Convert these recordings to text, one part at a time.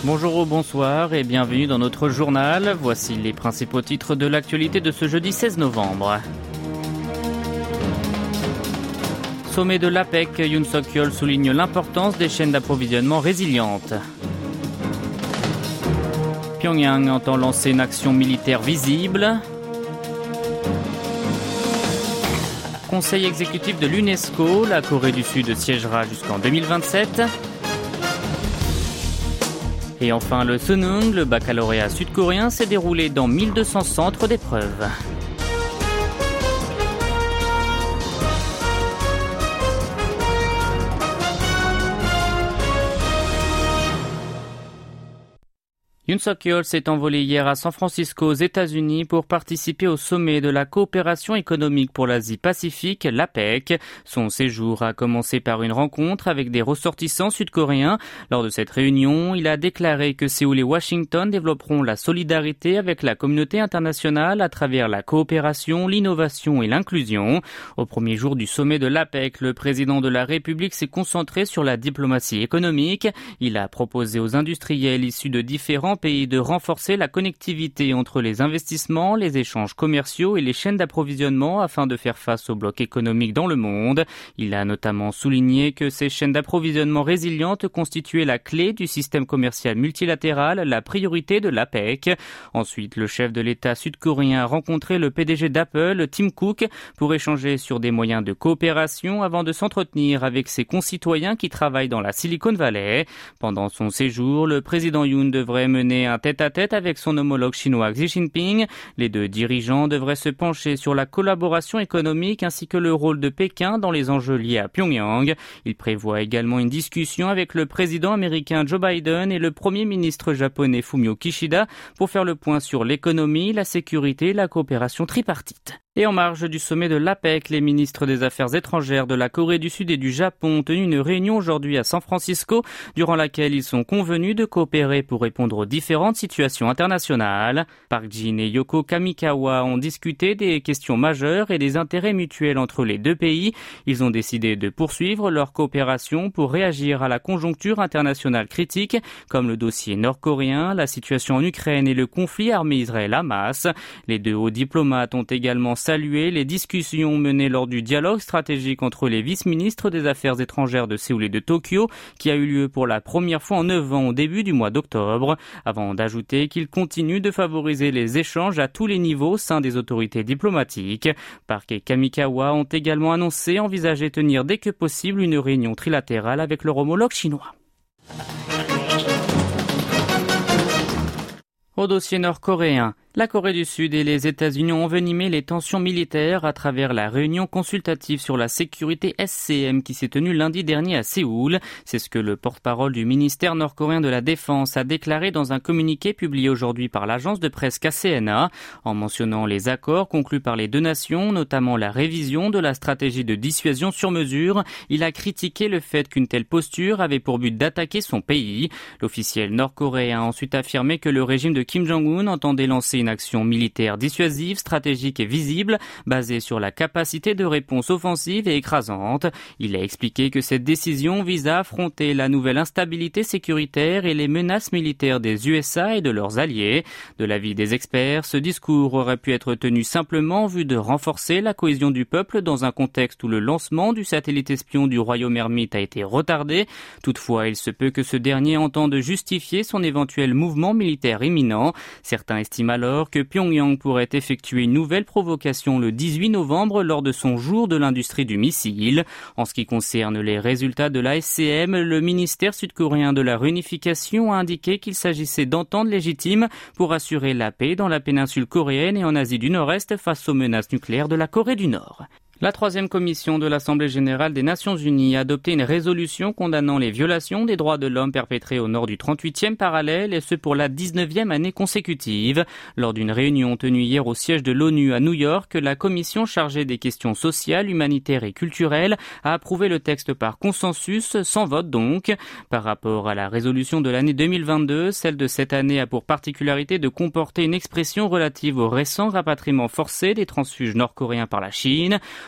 Bonjour, bonsoir et bienvenue dans notre journal. Voici les principaux titres de l'actualité de ce jeudi 16 novembre. Sommet de l'APEC, Yoon Suk-yeol souligne l'importance des chaînes d'approvisionnement résilientes. Pyongyang entend lancer une action militaire visible. Conseil exécutif de l'UNESCO, la Corée du Sud siégera jusqu'en 2027. Et enfin, le Sunung, le baccalauréat sud-coréen, s'est déroulé dans 1200 centres d'épreuves. Yoon Suk-yeol s'est envolé hier à San Francisco aux États-Unis pour participer au sommet de la coopération économique pour l'Asie-Pacifique, l'APEC. Son séjour a commencé par une rencontre avec des ressortissants sud-coréens. Lors de cette réunion, il a déclaré que Séoul et Washington développeront la solidarité avec la communauté internationale à travers la coopération, l'innovation et l'inclusion. Au premier jour du sommet de l'APEC, le président de la République s'est concentré sur la diplomatie économique. Il a proposé aux industriels issus de différents pays de renforcer la connectivité entre les investissements, les échanges commerciaux et les chaînes d'approvisionnement afin de faire face au bloc économique dans le monde. Il a notamment souligné que ces chaînes d'approvisionnement résilientes constituaient la clé du système commercial multilatéral, la priorité de l'APEC. Ensuite, le chef de l'État sud-coréen a rencontré le PDG d'Apple, Tim Cook, pour échanger sur des moyens de coopération avant de s'entretenir avec ses concitoyens qui travaillent dans la Silicon Valley. Pendant son séjour, le président Yoon devrait mener un tête-à-tête avec son homologue chinois Xi Jinping. Les deux dirigeants devraient se pencher sur la collaboration économique ainsi que le rôle de Pékin dans les enjeux liés à Pyongyang. Il prévoit également une discussion avec le président américain Joe Biden et le premier ministre japonais Fumio Kishida pour faire le point sur l'économie, la sécurité et la coopération tripartite. Et en marge du sommet de l'APEC, les ministres des Affaires étrangères de la Corée du Sud et du Japon ont tenu une réunion aujourd'hui à San Francisco, durant laquelle ils sont convenus de coopérer pour répondre aux différentes situations internationales. Park Jin et Yoko Kamikawa ont discuté des questions majeures et des intérêts mutuels entre les deux pays. Ils ont décidé de poursuivre leur coopération pour réagir à la conjoncture internationale critique, comme le dossier nord-coréen, la situation en Ukraine et le conflit armé Israël-Hamas. Les deux hauts diplomates ont également salué les discussions menées lors du dialogue stratégique entre les vice-ministres des Affaires étrangères de Séoul et de Tokyo, qui a eu lieu pour la première fois en 9 ans au début du mois d'octobre, avant d'ajouter qu'ils continuent de favoriser les échanges à tous les niveaux au sein des autorités diplomatiques. Park et Kamikawa ont également annoncé envisager tenir dès que possible une réunion trilatérale avec leur homologue chinois. Au dossier nord-coréen, la Corée du Sud et les États-Unis ont envenimé les tensions militaires à travers la réunion consultative sur la sécurité SCM qui s'est tenue lundi dernier à Séoul. C'est ce que le porte-parole du ministère nord-coréen de la Défense a déclaré dans un communiqué publié aujourd'hui par l'agence de presse KCNA. En mentionnant les accords conclus par les deux nations, notamment la révision de la stratégie de dissuasion sur mesure, il a critiqué le fait qu'une telle posture avait pour but d'attaquer son pays. L'officiel nord-coréen a ensuite affirmé que le régime de Kim Jong-un entendait lancer une action militaire dissuasive, stratégique et visible, basée sur la capacité de réponse offensive et écrasante. Il a expliqué que cette décision vise à affronter la nouvelle instabilité sécuritaire et les menaces militaires des USA et de leurs alliés. De l'avis des experts, ce discours aurait pu être tenu simplement en vue de renforcer la cohésion du peuple dans un contexte où le lancement du satellite espion du royaume ermite a été retardé. Toutefois, il se peut que ce dernier entende justifier son éventuel mouvement militaire imminent. Certains estiment alors que Pyongyang pourrait effectuer une nouvelle provocation le 18 novembre lors de son jour de l'industrie du missile. En ce qui concerne les résultats de la SCM, le ministère sud-coréen de la réunification a indiqué qu'il s'agissait d'ententes légitimes pour assurer la paix dans la péninsule coréenne et en Asie du Nord-Est face aux menaces nucléaires de la Corée du Nord. La troisième commission de l'Assemblée générale des Nations unies a adopté une résolution condamnant les violations des droits de l'homme perpétrées au nord du 38e parallèle et ce pour la 19e année consécutive. Lors d'une réunion tenue hier au siège de l'ONU à New York, la commission chargée des questions sociales, humanitaires et culturelles a approuvé le texte par consensus, sans vote donc. Par rapport à la résolution de l'année 2022, celle de cette année a pour particularité de comporter une expression relative au récent rapatriement forcé des transfuges nord-coréens par la Chine.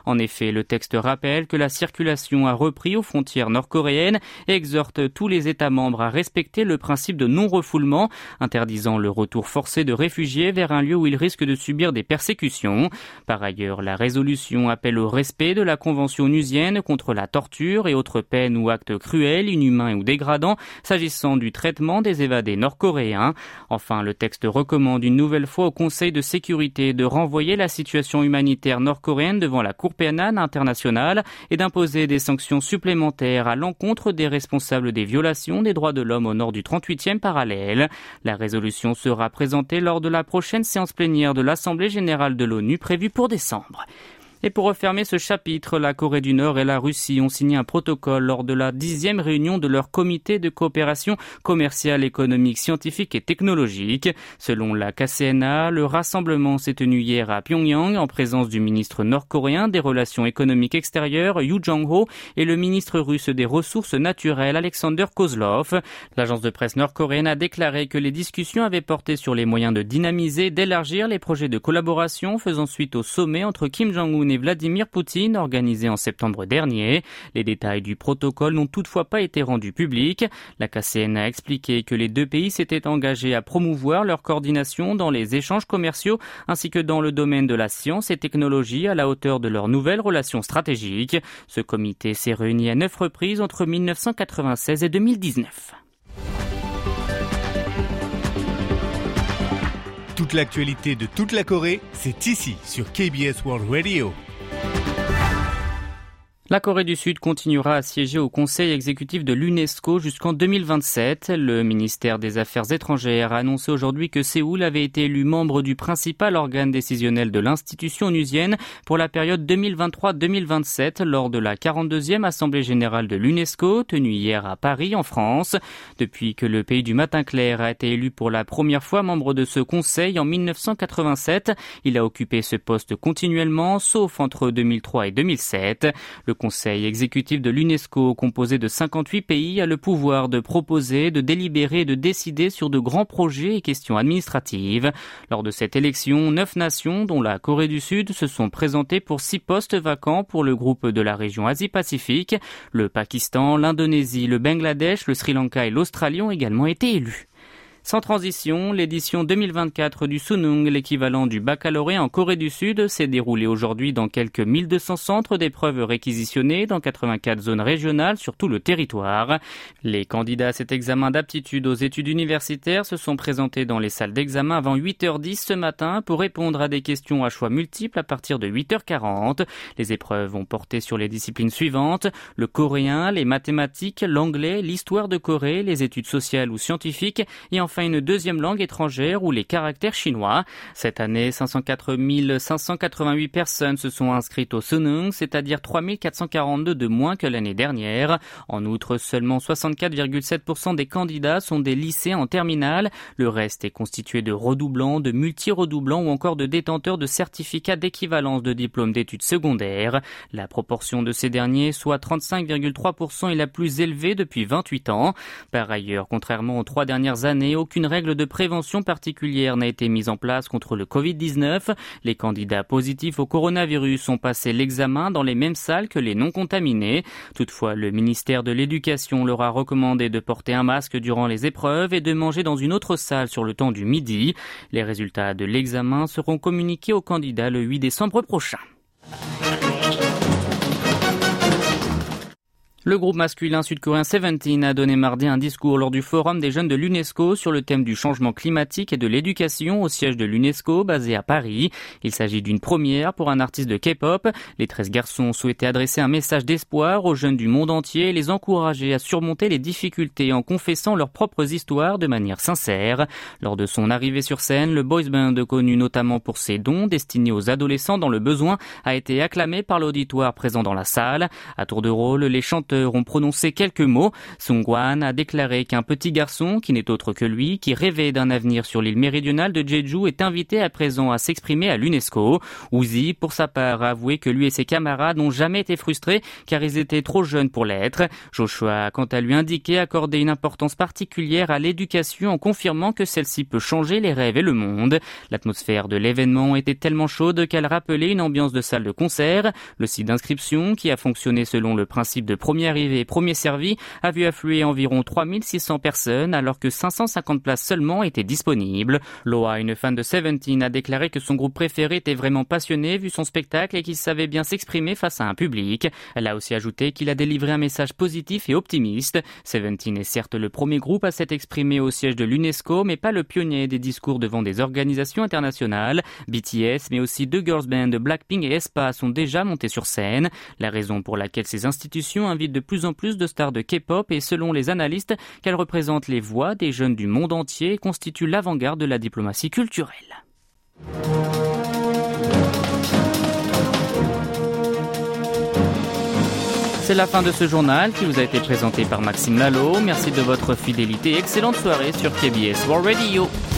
En effet, le texte rappelle que la circulation a repris aux frontières nord-coréennes et exhorte tous les États membres à respecter le principe de non-refoulement, interdisant le retour forcé de réfugiés vers un lieu où ils risquent de subir des persécutions. Par ailleurs, la résolution appelle au respect de la Convention onusienne contre la torture et autres peines ou actes cruels, inhumains ou dégradants s'agissant du traitement des évadés nord-coréens. Enfin, le texte recommande une nouvelle fois au Conseil de sécurité de renvoyer la situation humanitaire nord-coréenne devant la Cour pénale internationale et d'imposer des sanctions supplémentaires à l'encontre des responsables des violations des droits de l'homme au nord du 38e parallèle. La résolution sera présentée lors de la prochaine séance plénière de l'Assemblée générale de l'ONU prévue pour décembre. Et pour refermer ce chapitre, la Corée du Nord et la Russie ont signé un protocole lors de la 10e réunion de leur comité de coopération commerciale, économique, scientifique et technologique. Selon la KCNA, le rassemblement s'est tenu hier à Pyongyang en présence du ministre nord-coréen des Relations économiques extérieures, Yoo Jong-ho, et le ministre russe des Ressources naturelles, Alexander Kozlov. L'agence de presse nord-coréenne a déclaré que les discussions avaient porté sur les moyens de dynamiser, d'élargir les projets de collaboration faisant suite au sommet entre Kim Jong-un et Vladimir Poutine organisé en septembre dernier. Les détails du protocole n'ont toutefois pas été rendus publics. La KCNA a expliqué que les deux pays s'étaient engagés à promouvoir leur coordination dans les échanges commerciaux ainsi que dans le domaine de la science et technologie à la hauteur de leurs nouvelles relations stratégiques. Ce comité s'est réuni à 9 reprises entre 1996 et 2019. Toute l'actualité de toute la Corée, c'est ici sur KBS World Radio. La Corée du Sud continuera à siéger au Conseil exécutif de l'UNESCO jusqu'en 2027. Le ministère des Affaires étrangères a annoncé aujourd'hui que Séoul avait été élu membre du principal organe décisionnel de l'institution onusienne pour la période 2023-2027 lors de la 42e Assemblée générale de l'UNESCO tenue hier à Paris en France. Depuis que le pays du matin clair a été élu pour la première fois membre de ce conseil en 1987, il a occupé ce poste continuellement sauf entre 2003 et 2007. Le Conseil exécutif de l'UNESCO, composé de 58 pays, a le pouvoir de proposer, de délibérer et de décider sur de grands projets et questions administratives. Lors de cette élection, 9 nations, dont la Corée du Sud, se sont présentées pour 6 postes vacants pour le groupe de la région Asie-Pacifique. Le Pakistan, l'Indonésie, le Bangladesh, le Sri Lanka et l'Australie ont également été élus. Sans transition, l'édition 2024 du Sunung, l'équivalent du baccalauréat en Corée du Sud, s'est déroulée aujourd'hui dans quelques 1200 centres d'épreuves réquisitionnés dans 84 zones régionales sur tout le territoire. Les candidats à cet examen d'aptitude aux études universitaires se sont présentés dans les salles d'examen avant 8h10 ce matin pour répondre à des questions à choix multiples à partir de 8h40. Les épreuves ont porté sur les disciplines suivantes: le coréen, les mathématiques, l'anglais, l'histoire de Corée, les études sociales ou scientifiques et enfin une deuxième langue étrangère ou les caractères chinois. Cette année, 504 588 personnes se sont inscrites au Sunung, c'est-à-dire 3 442 de moins que l'année dernière. En outre, seulement 64,7% des candidats sont des lycéens en terminale. Le reste est constitué de redoublants, de multi-redoublants ou encore de détenteurs de certificats d'équivalence de diplôme d'études secondaires. La proportion de ces derniers, soit 35,3%, est la plus élevée depuis 28 ans. Par ailleurs, contrairement aux 3 dernières années, aucune règle de prévention particulière n'a été mise en place contre le Covid-19. Les candidats positifs au coronavirus ont passé l'examen dans les mêmes salles que les non contaminés. Toutefois, le ministère de l'Éducation leur a recommandé de porter un masque durant les épreuves et de manger dans une autre salle sur le temps du midi. Les résultats de l'examen seront communiqués aux candidats le 8 décembre prochain. Le groupe masculin sud-coréen Seventeen a donné mardi un discours lors du forum des jeunes de l'UNESCO sur le thème du changement climatique et de l'éducation au siège de l'UNESCO basé à Paris. Il s'agit d'une première pour un artiste de K-pop. Les 13 garçons souhaitaient adresser un message d'espoir aux jeunes du monde entier et les encourager à surmonter les difficultés en confessant leurs propres histoires de manière sincère. Lors de son arrivée sur scène, le boys band, connu notamment pour ses dons destinés aux adolescents dans le besoin, a été acclamé par l'auditoire présent dans la salle. À tour de rôle, les chanteurs chanteurs ont prononcé quelques mots. Sungwan a déclaré qu'un petit garçon, qui n'est autre que lui, qui rêvait d'un avenir sur l'île méridionale de Jeju, est invité à présent à s'exprimer à l'UNESCO. Uzi, pour sa part, a avoué que lui et ses camarades n'ont jamais été frustrés car ils étaient trop jeunes pour l'être. Joshua a quant à lui indiqué accorder une importance particulière à l'éducation en confirmant que celle-ci peut changer les rêves et le monde. L'atmosphère de l'événement était tellement chaude qu'elle rappelait une ambiance de salle de concert. Le site d'inscription, qui a fonctionné selon le principe de premier arrivé, premier servi, a vu affluer environ 3600 personnes alors que 550 places seulement étaient disponibles. Loa, une fan de Seventeen, a déclaré que son groupe préféré était vraiment passionné vu son spectacle et qu'il savait bien s'exprimer face à un public. Elle a aussi ajouté qu'il a délivré un message positif et optimiste. Seventeen est certes le premier groupe à s'être exprimé au siège de l'UNESCO, mais pas le pionnier des discours devant des organisations internationales. BTS, mais aussi deux girls bands, Blackpink et aespa, sont déjà montés sur scène. La raison pour laquelle ces institutions invitent de plus en plus de stars de K-pop est, selon les analystes, qu'elles représentent les voix des jeunes du monde entier et constituent l'avant-garde de la diplomatie culturelle. C'est la fin de ce journal qui vous a été présenté par Maxime Lalo. Merci de votre fidélité et excellente soirée sur KBS World Radio.